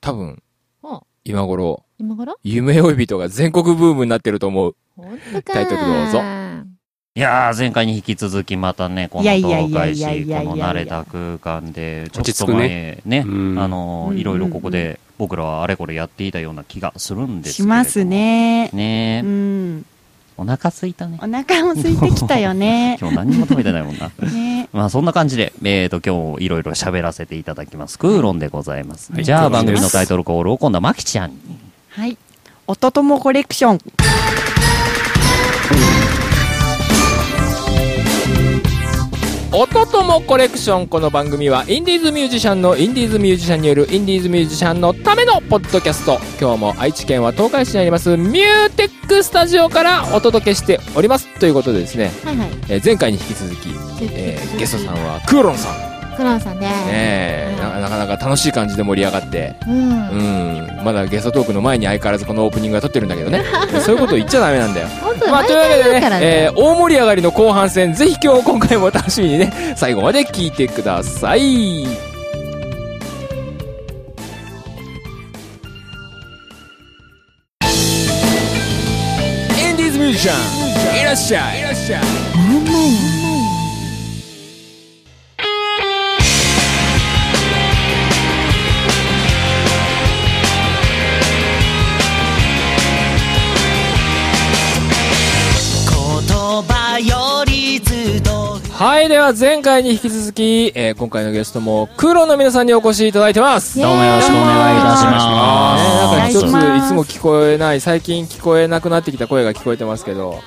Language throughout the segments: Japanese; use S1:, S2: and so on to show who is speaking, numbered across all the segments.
S1: 多分、今頃、夢追い人が全国ブームになってると思う。タイトルどうぞ。
S2: いやー、前回に引き続きまたね、この東海市、この慣れた空間で、ちょっと前ね、いろいろここで僕らはあれこれやっていたような気がするんですけど。
S3: しますね。
S2: ねえ。お腹空いたね。
S3: お腹も空いてきたよね。
S2: 今日何も食べてないもんな。
S3: ね。
S2: まあそんな感じで、今日いろいろ喋らせていただきます。クーロンでございます。じゃあ番組のタイトルコールを今度はまきちゃんに。
S3: はい。音ともコレクション。
S1: 音ともコレクション。この番組はインディーズミュージシャンのインディーズミュージシャンによるインディーズミュージシャンのためのポッドキャスト。今日も愛知県は東海市にありますミューテックスタジオからお届けしておりますということでですね、前回に引き続き、ゲストさんはクーロンさん。
S4: クロンさんね、
S1: なかなか楽しい感じで盛り上がって、まだゲストトークの前に相変わらずこのオープニングが撮ってるんだけどねそういうこと言っちゃダメなんだよ。まあ、というわけでね、大盛り上がりの後半戦、ぜひ今回も楽しみにね、最後まで聞いてください。インディーズミュージシャン、いらっしゃい、いらっしゃい。はい、では前回に引き続き、今回のゲストもクーロンの皆さんにお越しいただいてます。
S2: どうもよろしくお願いいたします。
S1: なんか一ついつも聞こえない、最近聞こえなくなってきた声が聞こえてますけど、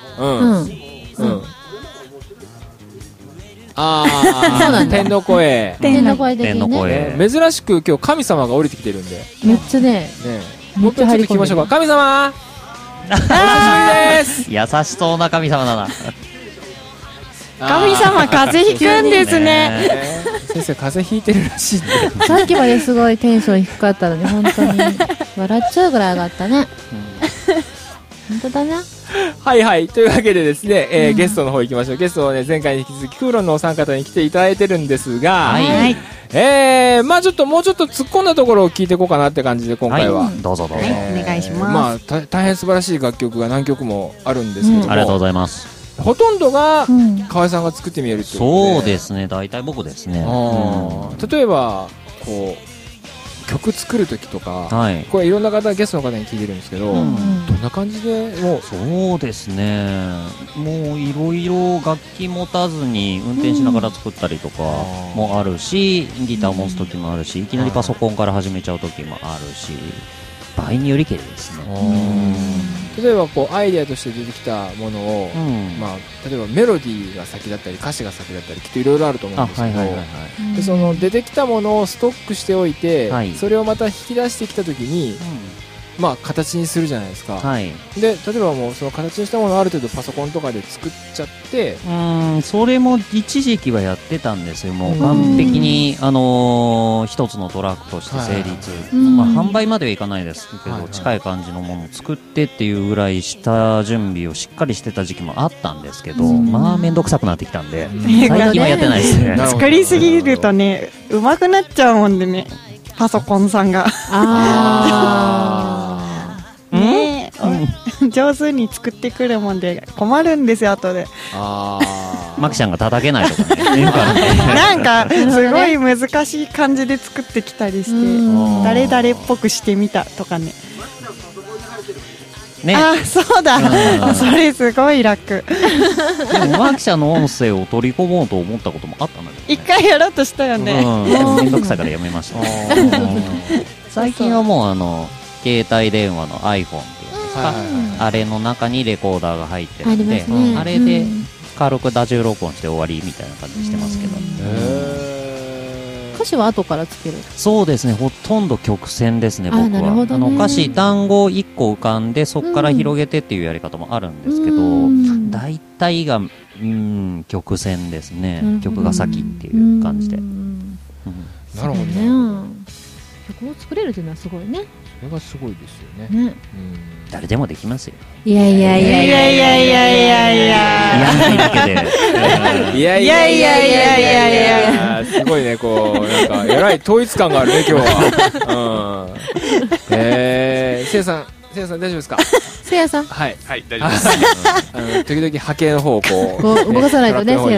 S1: 天の声。
S4: 天の声的にね。
S1: 珍しく今日神様が降りてきてるんで。
S4: めっちゃね。
S1: もう一回ちょっと聞きましょうか。神様お久しぶりです。
S2: 優しそうな神様だな。
S3: 神様風邪ひくんですね。
S1: 先生風邪ひいてるらしいんで。
S4: さっきまですごいテンション低かったのに本当に笑っちゃうぐらい上がったね。本当だね。
S1: はいはい、というわけでですね、ゲストの方行きましょう。ゲストはね、前回に引き続きクーロンのお三方に来ていただいてるんですが、まあちょっともうちょっと突っ込んだところを聞いていこうかなって感じで今回は、
S2: どうぞどうぞ、
S3: お願いします。
S1: まあ大変素晴らしい楽曲が何曲もあるんですけども、
S2: ありがとうございます。
S1: ほとんどが河合さんが作ってみえるっていうことで。
S2: そうですね、大体僕ですね。
S1: 例えばこう曲作る時とか、これいろんな方ゲストの方に聞いてるんですけど、どんな感じでもう。
S2: そうですね、もういろいろ楽器持たずに運転しながら作ったりとかもあるし、ギター持つ時もあるし、いきなりパソコンから始めちゃう時もあるし、場合によりけりですね。
S1: 例えばこうアイデアとして出てきたものを、まあ、例えばメロディーが先だったり歌詞が先だったりきっといろいろあると思うんですけど、でその出てきたものをストックしておいて、それをまた引き出してきた時に、まあ形にするじゃないですか、で例えばもうその形にしたものをある程度パソコンとかで作っちゃって、
S2: それも一時期はやってたんですよ。もう完璧に、一つのトラックとして成立、まあ、販売まではいかないですけど、近い感じのものを作ってっていうぐらいした準備をしっかりしてた時期もあったんですけど、まあ面倒くさくなってきたんで、最近はやってないですね。
S3: 作りすぎるとね、上手くなっちゃうもんでね、パソコンさんがねえ、上手に作ってくるもんで困るんですよ後で。
S2: マキちゃんが叩けないとかね
S3: なんかすごい難しい感じで作ってきたりして、誰々っぽくしてみたとかね。そうだ、それすごい楽。
S2: でもマキちゃんの音声を取り込もうと思ったこともあったんだけど、
S3: 一回やろうとしたよね。
S2: めんどくさいからやめました。最近はもう携帯電話の iPhone っていうんですか、あれの中にレコーダーが入ってるんで、あれで軽く打順録音して終わりみたいな感じにしてますけど。
S4: 歌詞は後からつける。
S2: そうですね、ほとんど曲線ですね、僕は。歌詞単語1個浮かんでそこから広げてっていうやり方もあるんですけど、大体が曲線ですね。曲が先っていう感じで。
S1: なるほどね。
S4: 曲を作れるっていうのはすごいね。
S1: それがすごいですよね。
S2: 誰でもできますよ。
S4: いやいやいやいやいやいやいやいや
S2: ヤンキーだけで。
S1: いやいやいやいやいやいや、すごいね、こうなんか偉い統一感があるね今日は。 せいやさん大丈夫ですか？
S4: せいやさん。
S5: はい大丈夫です。
S1: 時々波形の方をこう
S4: 動かさないとね、せいや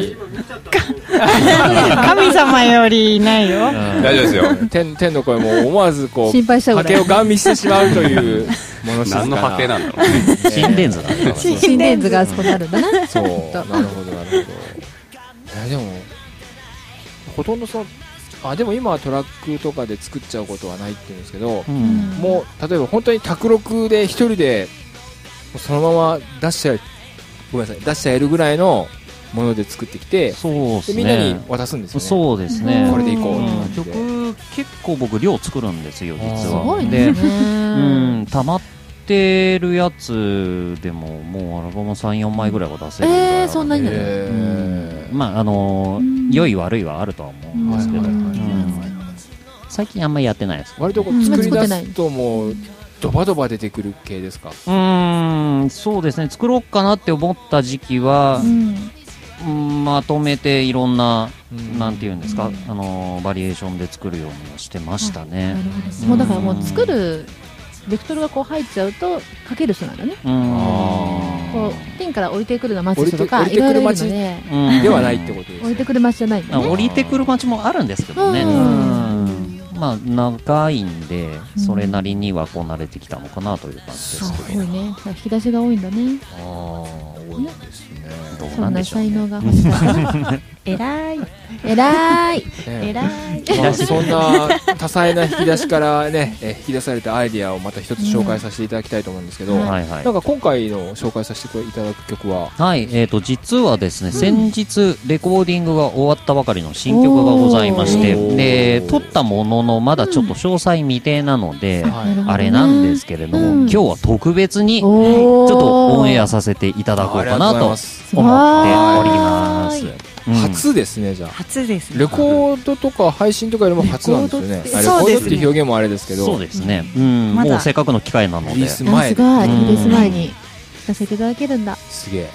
S3: 神様よりいないよ。
S5: 大丈夫ですよ。
S1: 天の声も思わずこう
S4: 心配しちゃうぐらい
S1: 波形をガン見してしまうというものですから。
S5: 何の波形なんだろうね。
S2: 心電図だね。
S4: 心電図があそこにあるんだな。
S1: そうなるほどなるほど。でもほとんどでも今はトラックとかで作っちゃうことはないって言うんですけど、もう例えば本当に卓録で一人でそのまま出しちゃえるぐらいのもので作ってきて、
S2: そうですね、
S1: みんなに渡すんですよね。
S2: そうですね。
S1: これでいこう。
S2: 曲結構僕量作るんですよ実は。
S4: すごいね。
S2: で、溜まってるやつでももうアルバム3、4枚ぐらいは出せるぐらい。
S4: そんなに。
S2: まあ良い悪いはあるとは思うんですけど、最近あんまりやってないです。
S1: 割とこう作り出すともうドバドバ出てくる系ですか？
S2: そうですね。作ろうかなって思った時期は、まとめていろんな、なんていうんですか、バリエーションで作るようにはしてましたね。
S4: もうだからもう作るベクトルがこう入っちゃうと書ける人なんだね。こう天から降りてくるの街とかいろいろいるので、
S1: ではないってことです。
S4: 降りてくる街じゃないんだね。
S2: 降りてくる街もあるんですけどね。まあ長いんでそれなりにはこう慣れてきたのかなという感じですけど。
S4: すごいね。引き出しが多いんだね。
S1: 多いですね。
S4: そんな才能が欲しかったな。偉い。
S1: そんな多彩な引き出しからね、引き出されたアイディアをまた一つ紹介させていただきたいと思うんですけど、なんか今回の紹介させていただく曲は、
S2: 実はですね、先日レコーディングが終わったばかりの新曲がございまして、で撮ったもののまだちょっと詳細未定なので、あれなんですけれども、今日は特別にちょっとオンエアさせていただこうかなと思っております。
S1: 初ですね。じゃあ
S3: 初ですね。
S1: レコードとか配信とかよりも初なんですよね。レコードっていう表現もあれですけど、
S2: そうですね。もうせっかくの機会なので、
S1: リリース前
S4: に聞かせていただけるんだ。
S1: すげえ。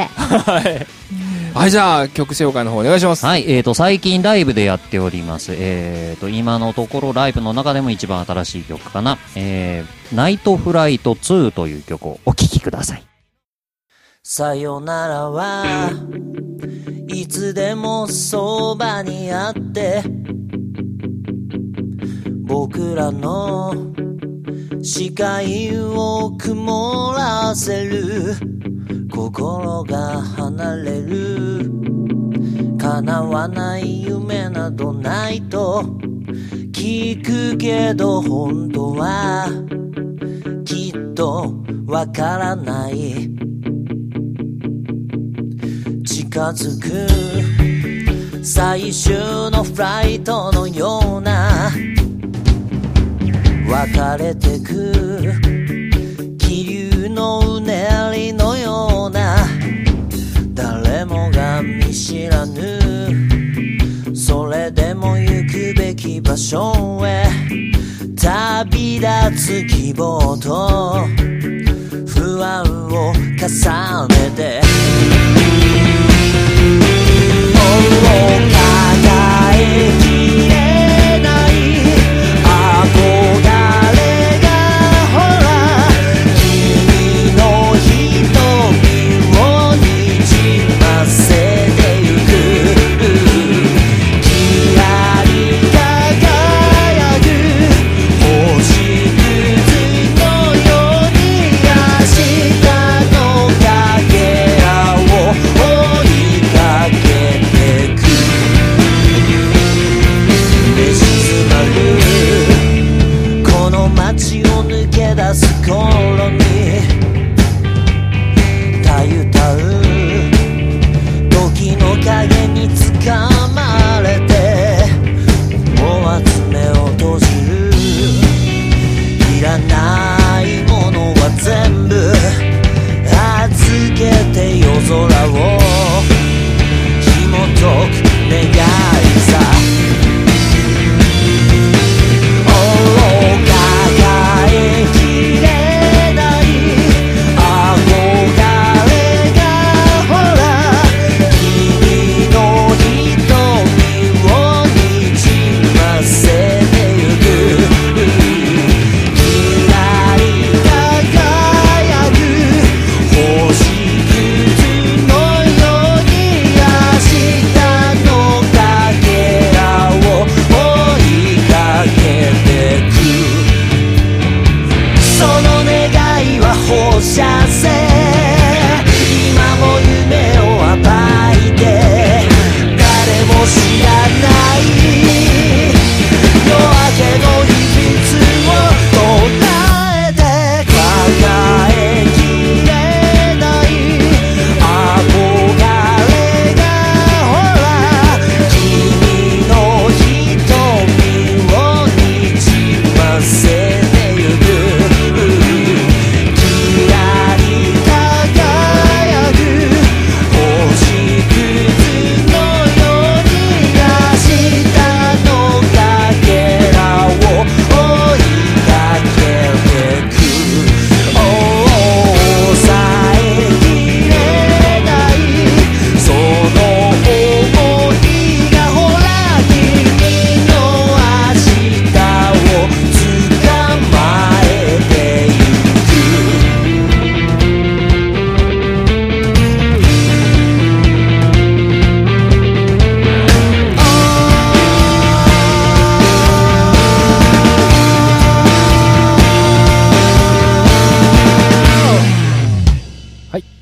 S2: は
S1: い、じゃあ曲紹介の方お願いします。
S2: はい、最近ライブでやっております。今のところライブの中でも一番新しい曲かな。ナイトフライト2という曲をお聴きください。
S6: さよならはいつでもそばにあって僕らの視界を曇らせる心が離れる叶わない夢などないと聞くけど本当はきっとわからない近づく最終のフライトのような別れてく気流のうねりのような誰もが見知らぬそれでも行くべき場所へ旅立つ希望と不安を重ねて抱えきれない憧れがほら君の瞳をにじませてゆくキラリ輝く星屑のように明日のかけら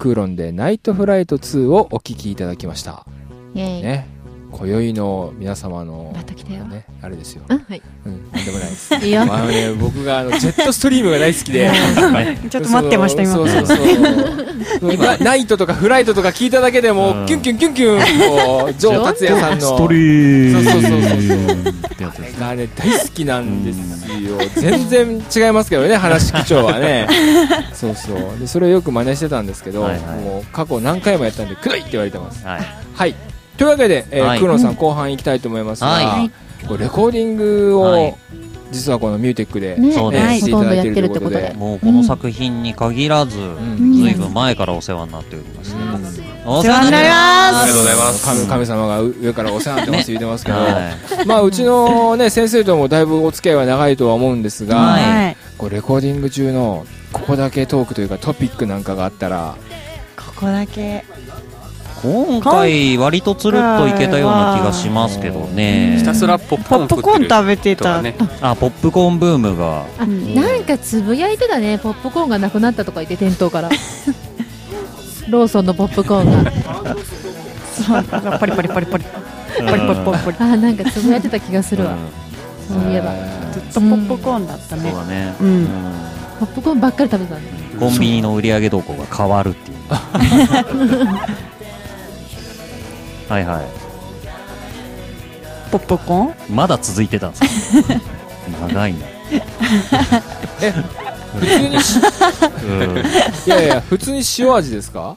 S1: クーロンでナイトフライト2をお聴きいただきました。
S4: ね、
S1: 今宵の皆様の、
S4: また来たよ
S1: ね、あれですよ。
S4: はい。
S1: なんでもないです。
S4: いいよ。
S1: 僕がジェットストリームが大好きで。
S3: ちょっと待ってました、今。
S1: そう。ナイトとかフライトとか聞いただけでも、キュンキュンキュンキュン、こう、ジョー達也さんの。
S2: ストリーム。
S1: そう。あれ大好きなんですよ。全然違いますけどね、話口調はね。そうで、それをよく真似してたんですけど、もう過去何回もやったんで、くどいって言われてます。はい。というわけで、クーロンさん後半行きたいと思いますが、これレコーディングを実はこのミューテックでしていただいているということで、
S2: もうこの作品に限らず、ずいぶん前からお世話になっておりますね。
S3: お世話になります。
S5: ありがとうございます。
S1: 神様が上からお世話になってます言ってますけど、まあうちのね先生ともだいぶお付き合いは長いとは思うんですが、これレコーディング中のここだけトークというかトピックなんかがあったら、
S3: ここだけ。
S2: 今回割とつるっといけたような気がしますけどね。
S5: ひたすらポップ
S3: コーン食べてた。
S2: ポップコーンブームが。
S4: なんかつぶやいてたね。ポップコーンがなくなったとか言って店頭から。ローソンのポップコーンが。
S3: パリパリ。
S4: なんかつぶやいてた気がするわ。そういえば。
S3: ずっとポップコーンだったね。
S2: そうだね。
S4: ポップコーンばっかり食べたね。
S2: コンビニの売上動向が変わるっていう。はいはい。
S3: ポップコーン
S2: まだ続いてたんですか。長いな。
S1: 普通にいや普通に塩味ですか？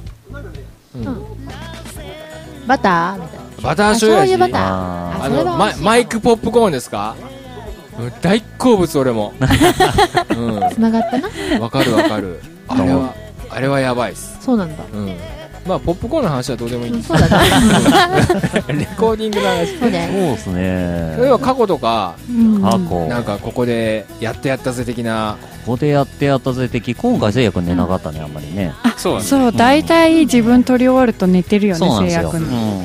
S4: バターみたいな。
S1: バター醤油味。
S4: バター。
S1: マイクポップコーンですか？大好物俺も。
S4: 繋がったな。
S1: わかる。あれはやばいっす。
S4: そうなんだ。
S1: まあポップコーンの話はどうでもいいんです。
S4: そうだね。
S1: レコーディングの話。
S4: そうだよ。
S2: そうですね。
S1: 例えば過去とか、なんかここでやってやったぜ的な。
S2: ここでやってやったぜ的。今回せいやくん寝なかったね、あんまりね。
S3: そう、大体自分撮り終わると寝てるよね、せいやくん。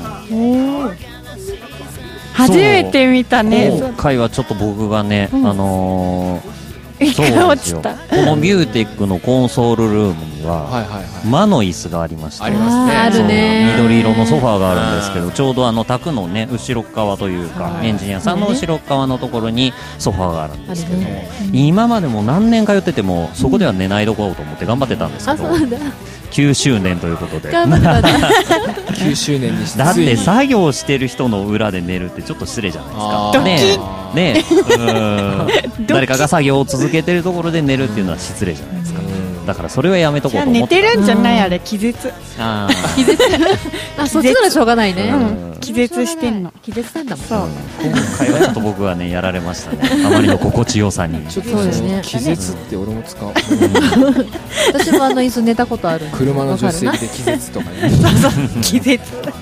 S3: 初めて見たね。
S2: 今回はちょっと僕がね、
S3: そうなんですよ。こ
S2: のミューテックのコンソールルームには魔の椅子がありまして、
S1: ありますね。
S4: あるね。
S2: 緑色のソファーがあるんですけど、ちょうど卓のね後ろ側というか、エンジニアさんの後ろ側のところにソファーがあるんですけど、今までも何年通っててもそこでは寝ないどころと思って頑張ってたんですけど、9周年ということで
S1: 9周年にして
S2: だって作業してる人の裏で寝るってちょっと失礼じゃないですかね。誰かが作業を続けてるところで寝るっていうのは失礼じゃないですか。だからそれはやめとこうと思って。
S3: 寝てるんじゃない、あれ気絶。
S4: 気絶。そっちならしょうがないね。
S3: 気絶してんの。
S4: 気絶してんだもん。
S3: そう。
S2: 今回はちょっと僕はねやられましたね。あまりの心地よさに。
S1: ちょっと気絶って俺も使う。
S4: 私も椅子寝たことある。
S1: 車の助手席で気絶とかね。
S3: 気絶。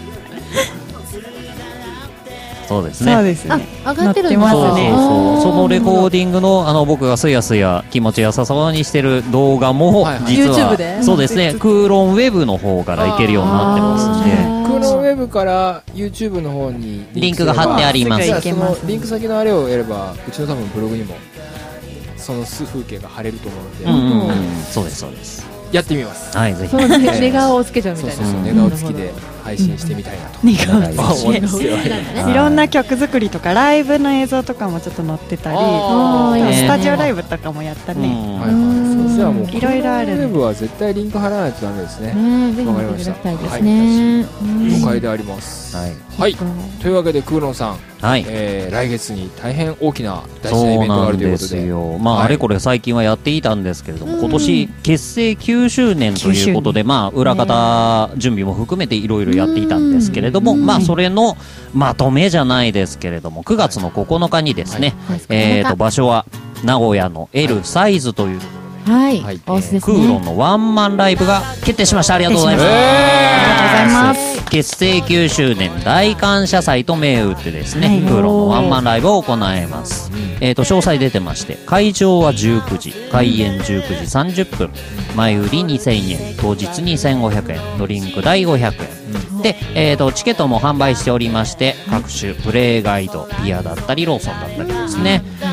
S2: そうですね。
S3: そうですね。
S4: 上がってるんです
S3: ね。
S2: そのレコーディングの僕がすやすや気持ちよさそうにしてる動画も実はそうですね。クーロンウェブの方からいけるようになってますんで。
S1: クーロンウェブから YouTube の方に
S2: リンクが貼ってあります。
S1: そのリンク先のあれをやればうちの多分ブログにもその風景が貼れると思うので。
S2: そうですそうです。
S1: やってみます。
S2: はい、ぜひ。
S4: 寝顔をつけちゃうみたいな。
S1: そう寝顔付きで配信してみたいなと。
S3: 寝顔付き
S1: で。
S3: いろんな曲作りとかライブの映像とかもちょっと載ってたり、スタジオライブとかもやったね。
S1: じゃあもう
S3: いろいろある。
S1: ウェブは絶対リンク貼らないとダメですね。わかりました。了解であります。はい。というわけでクーロンさん、来月に大変大きな大事なイベントがあるということで、
S2: まああれこれ最近はやっていたんですけれども、今年結成9周年ということで、まあ裏方準備も含めていろいろやっていたんですけれども、まあそれのまとめじゃないですけれども、9月の9日にですね、場所は名古屋の L サイズというところで、クーロンのワンマンライブが決定しました。ありがとうございます。
S3: ありがとうございます。
S2: 結成9周年大感謝祭と銘打ってですね、クーロンのワンマンライブを行います。詳細出てまして、会場は19時、開演19時30分、前売り2000円、当日2500円、ドリンク代500円で、チケットも販売しておりまして、各種プレイガイド、ビアだったりローソンだったりですね、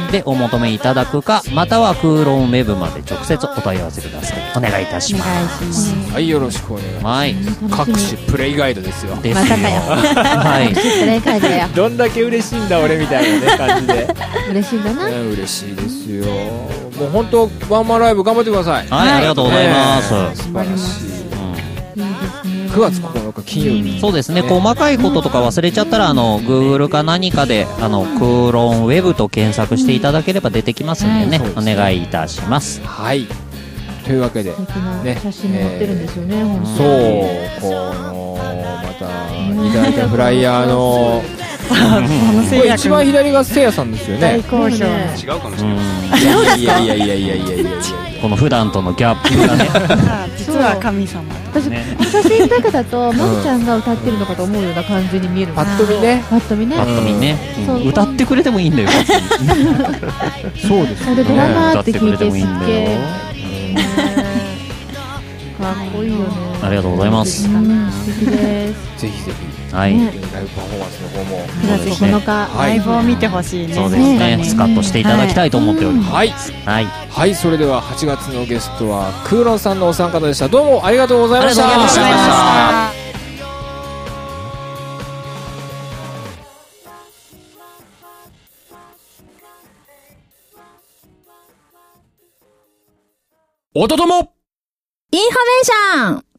S2: でお求めいただくか、またはクーロンウェブまで直接お問い合わせください。お願いいたします。
S1: はい、よろしくお願いします。
S2: はい。
S1: 各種プレイガイドですよ。
S2: ですよ。
S4: まさかよ。
S2: はい。
S4: プレイガイドや。
S1: どんだけ嬉しいんだ俺みたいなね感じで。
S4: 嬉しいんだな。
S1: 嬉しいですよ。もう本当ワンマンライブ頑張ってください。
S2: はい、ありがとうございます。
S1: 素晴らしい。9月9日金曜日。
S2: そうですね、細かいこととか忘れちゃったらGoogle か何かでクーロンウェブと検索していただければ出てきますんでね、お願いいたします。
S1: はい、というわけで
S4: ね、写真も載ってるんですよね。
S1: そう、このまたいただいたフライヤーのこれ一番左がせいやさんですよね。
S3: 大好評。
S5: 違うかもしれない。
S1: いや
S2: この普段とのギャップがね。
S3: 実は神様。
S4: 私写真だけだとまるちゃんが歌ってるのかと思うような感じに見える。
S1: パッと見ね。
S4: パッと見ね。
S2: パッと見ね。歌ってくれてもいいんだよ。
S1: そうです。
S4: それでドラマーって聞いてすっげえ。かっこいいよね。
S2: ありがとうございます。
S4: 素敵です。
S1: ぜひぜひ。
S2: はい。
S1: ライブパフォーマンスの方も
S4: 9月9日
S3: ライブを見てほしいね。
S2: そうですね。スカッとしていただきたいと思っております。
S1: はい。
S2: はい。
S1: はい。それでは8月のゲストはクーロンさんのお三方でした。どうもありがとうございました。
S2: ありがとうございました。
S1: おととも
S4: インフォメーション。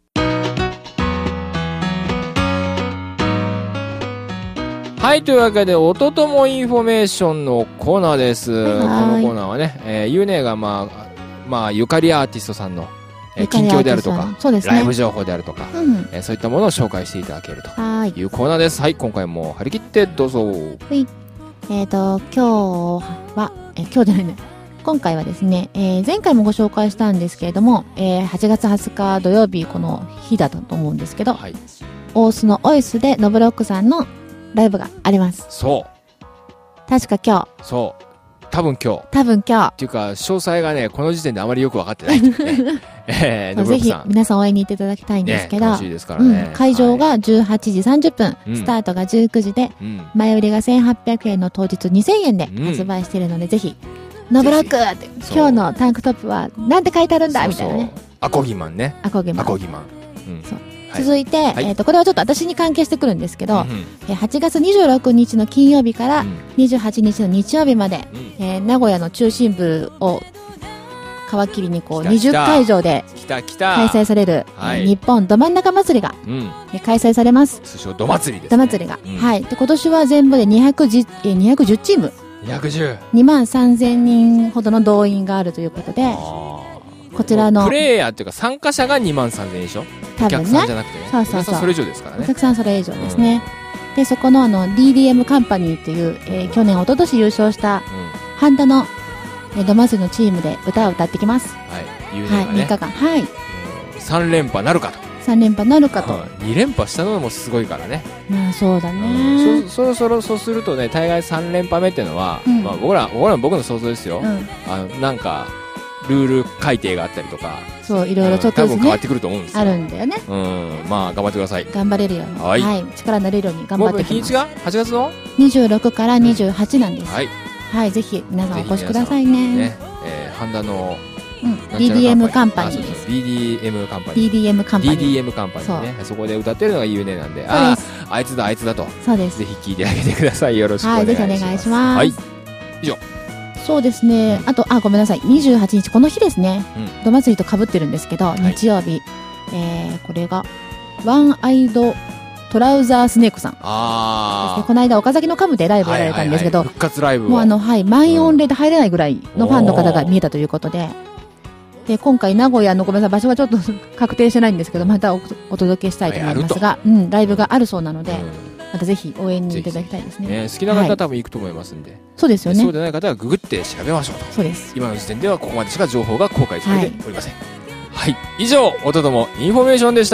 S1: はい、というわけで、おとともインフォメーションのコーナーです。このコーナーはね、ゆうねがゆかりアーティストさんの、近況であるとか、ライブ情報であるとか、そういったものを紹介していただけるというコーナーです。はい、今回も張り切ってどうぞ。はい。
S4: 今日じゃないね。今回はですね、前回もご紹介したんですけれども、8月20日土曜日、この日だったと思うんですけど、はい、大須のオイスでノブロックさんのライブがあります。
S1: そう。
S4: 確か今日。
S1: そう。多分今日。っていうか、詳細がね、この時点であまりよく分かってないというね。
S4: ぜひ皆さん応援に行っていただきたいんですけど、
S1: 楽しいですからね。
S4: 会場が18時30分、スタートが19時で、前売りが1800円の当日2000円で発売しているので、ぜひ、ノブロックって、今日のタンクトップはなんて書いてあるんだみたいなね。
S1: アコギマンね。
S4: アコギマン。
S1: そう。
S4: 続いて、これはちょっと私に関係してくるんですけど、8月26日の金曜日から28日の日曜日まで、名古屋の中心部を皮切りにこう20会場で開催される日本ど真ん中祭りが開催されます。
S1: 通称ど祭りですね。
S4: ど祭りが。はい。で、今年は全部で210チーム。
S1: 210。
S4: 2万3000人ほどの動員があるということで、こちらの
S1: プレイヤーっていうか参加者が2万3000人でしょ。
S4: 多分ね。
S1: お客さんじゃなくてね。
S4: そうそうそう。
S1: それ以上ですからね。
S4: お客さんそれ以上ですね。で、そこのDDM カンパニーっていう、去年一昨年優勝したハンダのど祭りのチームで歌を歌ってきます。
S1: はい。
S4: はい。3日間。はい。
S1: 3連覇なるかと。
S4: 3連覇なるかと。
S1: 2連覇したのもすごいからね。
S4: まあそうだね。
S1: そろそろそうするとね、大概3連覇目っていうのは、まあ僕の想像ですよ。なんか、ルール改定があったりとか。
S4: そう、いろいろちょっと
S1: 多分変わってくると思うんですよ。
S4: あるんだよね。
S1: まあ頑張ってください。
S4: 頑張れるように。はい。力になれるように頑張ってきます。
S1: 日にちが8月の
S4: 26から28なんです。
S1: はい。
S4: はい、ぜひ皆さんお越しくださいね。
S1: ハンダの
S4: DDM カンパニーです。
S1: DDM カンパニー。
S4: DDM カンパニー。
S1: DDM カンパニーね。そこで歌ってるのがゆうねなんで、あいつだと。
S4: そうです。
S1: ぜひ聞いてあげてください。よろしくお願いします。
S4: はい、ぜひお願いします。
S1: はい。以上。
S4: そうですね。あと、ごめんなさい。28日、この日ですね。ど祭りと被ってるんですけど、日曜日。これが、ワンアイドトラウザースネークさん。この間、岡崎のカムでライブやられたんですけど、
S1: 復活ライブ
S4: もう満員御礼で入れないぐらいのファンの方が見えたということで、で、今回名古屋のごめんなさい、場所はちょっと確定してないんですけど、またお届けしたいと思いますが、ライブがあるそうなので、またぜひ応援にいただきたいですね。
S1: 好きな方は多分行くと思いますんで。
S4: そうですよね。
S1: そうでない方はググって調べましょうと。
S4: そうです。
S1: 今の時点ではここまでしか情報が公開されておりません。はい。以上、おとともインフォメーションでした。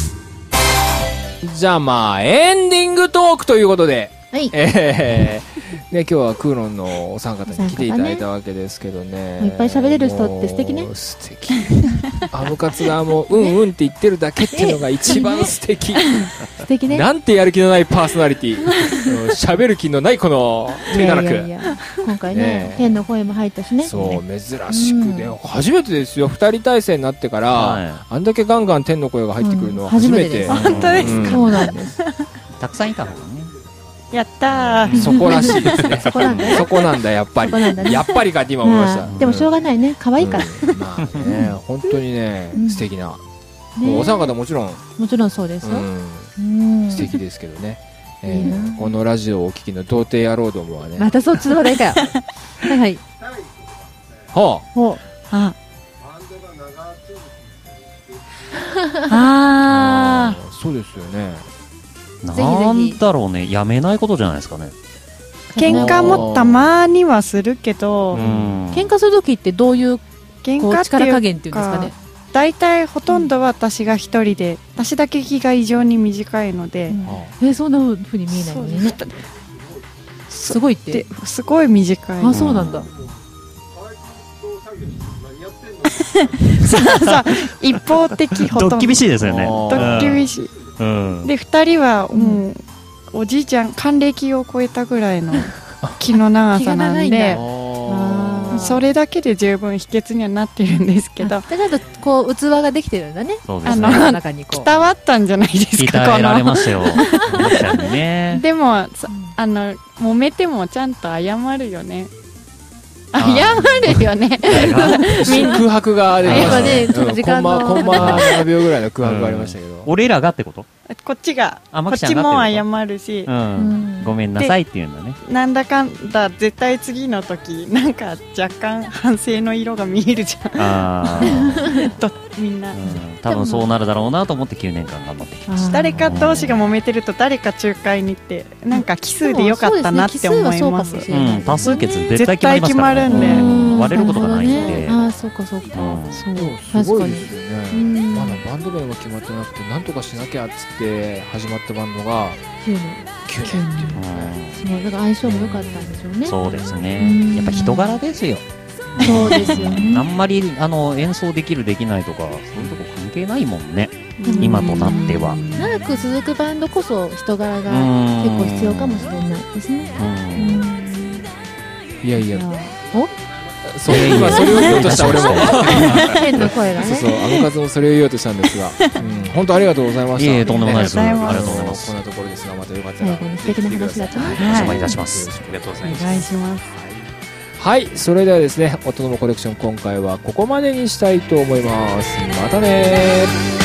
S1: じゃあエンディングトークということで、はい。 今日はクーロンのお三方に来ていただいたわけですけどね。
S4: いっぱい喋れる人って素敵ね。
S1: 素敵。アムカツがもううんうんって言ってるだけっていうのが一番素敵。
S4: 素敵ね。
S1: なんてやる気のないパーソナリティ。喋る気のないこの手ならく。
S4: 今回ね、天の声も入ったしね。
S1: そう、珍しくね、初めてですよ。2人体制になってから、あんだけガンガン天の声が入ってくるのは初めて。
S3: 本当ですか。
S4: そうなんです。
S2: たくさんいた方がね。
S3: やったー。
S1: そこらしいですね。そこなんだ、やっぱり。やっぱりかって今思いました。
S4: でもしょうがないね。可愛いから。
S1: まあね、本当にね、素敵な。お三方もちろん。
S4: もちろんそうですよ。
S1: 素敵ですけどね。このラジオをお聞きの童貞野郎どもはね。
S4: またそっちの話題かよ。はいはい。
S1: は
S3: あ。ああ。
S1: そうですよね。
S2: なんだろうね、やめないことじゃないですかね。
S3: 喧嘩もたまにはするけど、
S4: 喧嘩する時ってどういう力加減っていうんですかね。
S3: 大体ほとんどは私が一人で、私だけ気が異常に短いので、
S4: そんな風に見えないのにね。すごいって
S3: すごい短い。
S4: あ、そうなんだ。
S3: そう一方的。
S2: ほとんどドッキリしいですよね。
S3: ドッキリしい。で2人はもうおじいちゃん還暦を超えたぐらいの気の長さなんで、それだけで十分秘訣にはなってるんですけど、
S4: ちゃんとこう器ができてるんだね。
S3: 中にこう鍛わったんじゃないですか。
S2: 鍛えられましたよ。
S3: でも揉めてもちゃんと謝るよね。謝るよね。
S1: 空白が出ましたね。
S4: 時間の
S1: コンマ7秒ぐらいの空白がありましたけど。
S2: 俺らがってこと？
S3: こっちも謝るし、
S2: ごめんなさいって言うんだね。
S3: なんだかんだ絶対次の時なんか若干反省の色が見えるじゃん。みんな
S2: 多分そうなるだろうなと思って9年間頑張ってきました。
S3: 誰か同士が揉めてると誰か仲介に行ってなんか奇数でよかったなって思います。
S2: 多数決絶対決まりますからね。割れることがないんで。
S4: あ、そうかそうか。
S1: すごいですよね。まだバンド名が決まってなくてなんとかしなきゃっつって始まったバンドが9年っていう
S4: ね。だから相性も良かったんでしょうね。
S2: そうですね。やっぱ人柄ですよ。
S4: そうですよね。
S2: あんまり演奏できるできないとかそういうとこ関係ないもんね。今となっては。
S4: 長く続くバンドこそ人柄が結構必要かもしれないですね。
S1: いやいや。
S2: そう
S1: 今それを言おうとした俺も。
S4: 天の声がね。
S1: そうアムカツもそれを言おうとしたんですが、本当ありがとうございました。
S2: いえとんでもないです。ありがとうございます。
S1: こんなところですがまたよかったら
S4: 素敵な話だったね。
S2: お邪魔いたします。
S5: ありがとうございます。
S3: お願いします。
S1: はい、それではですね、音のコレクション今回はここまでにしたいと思います。またねー。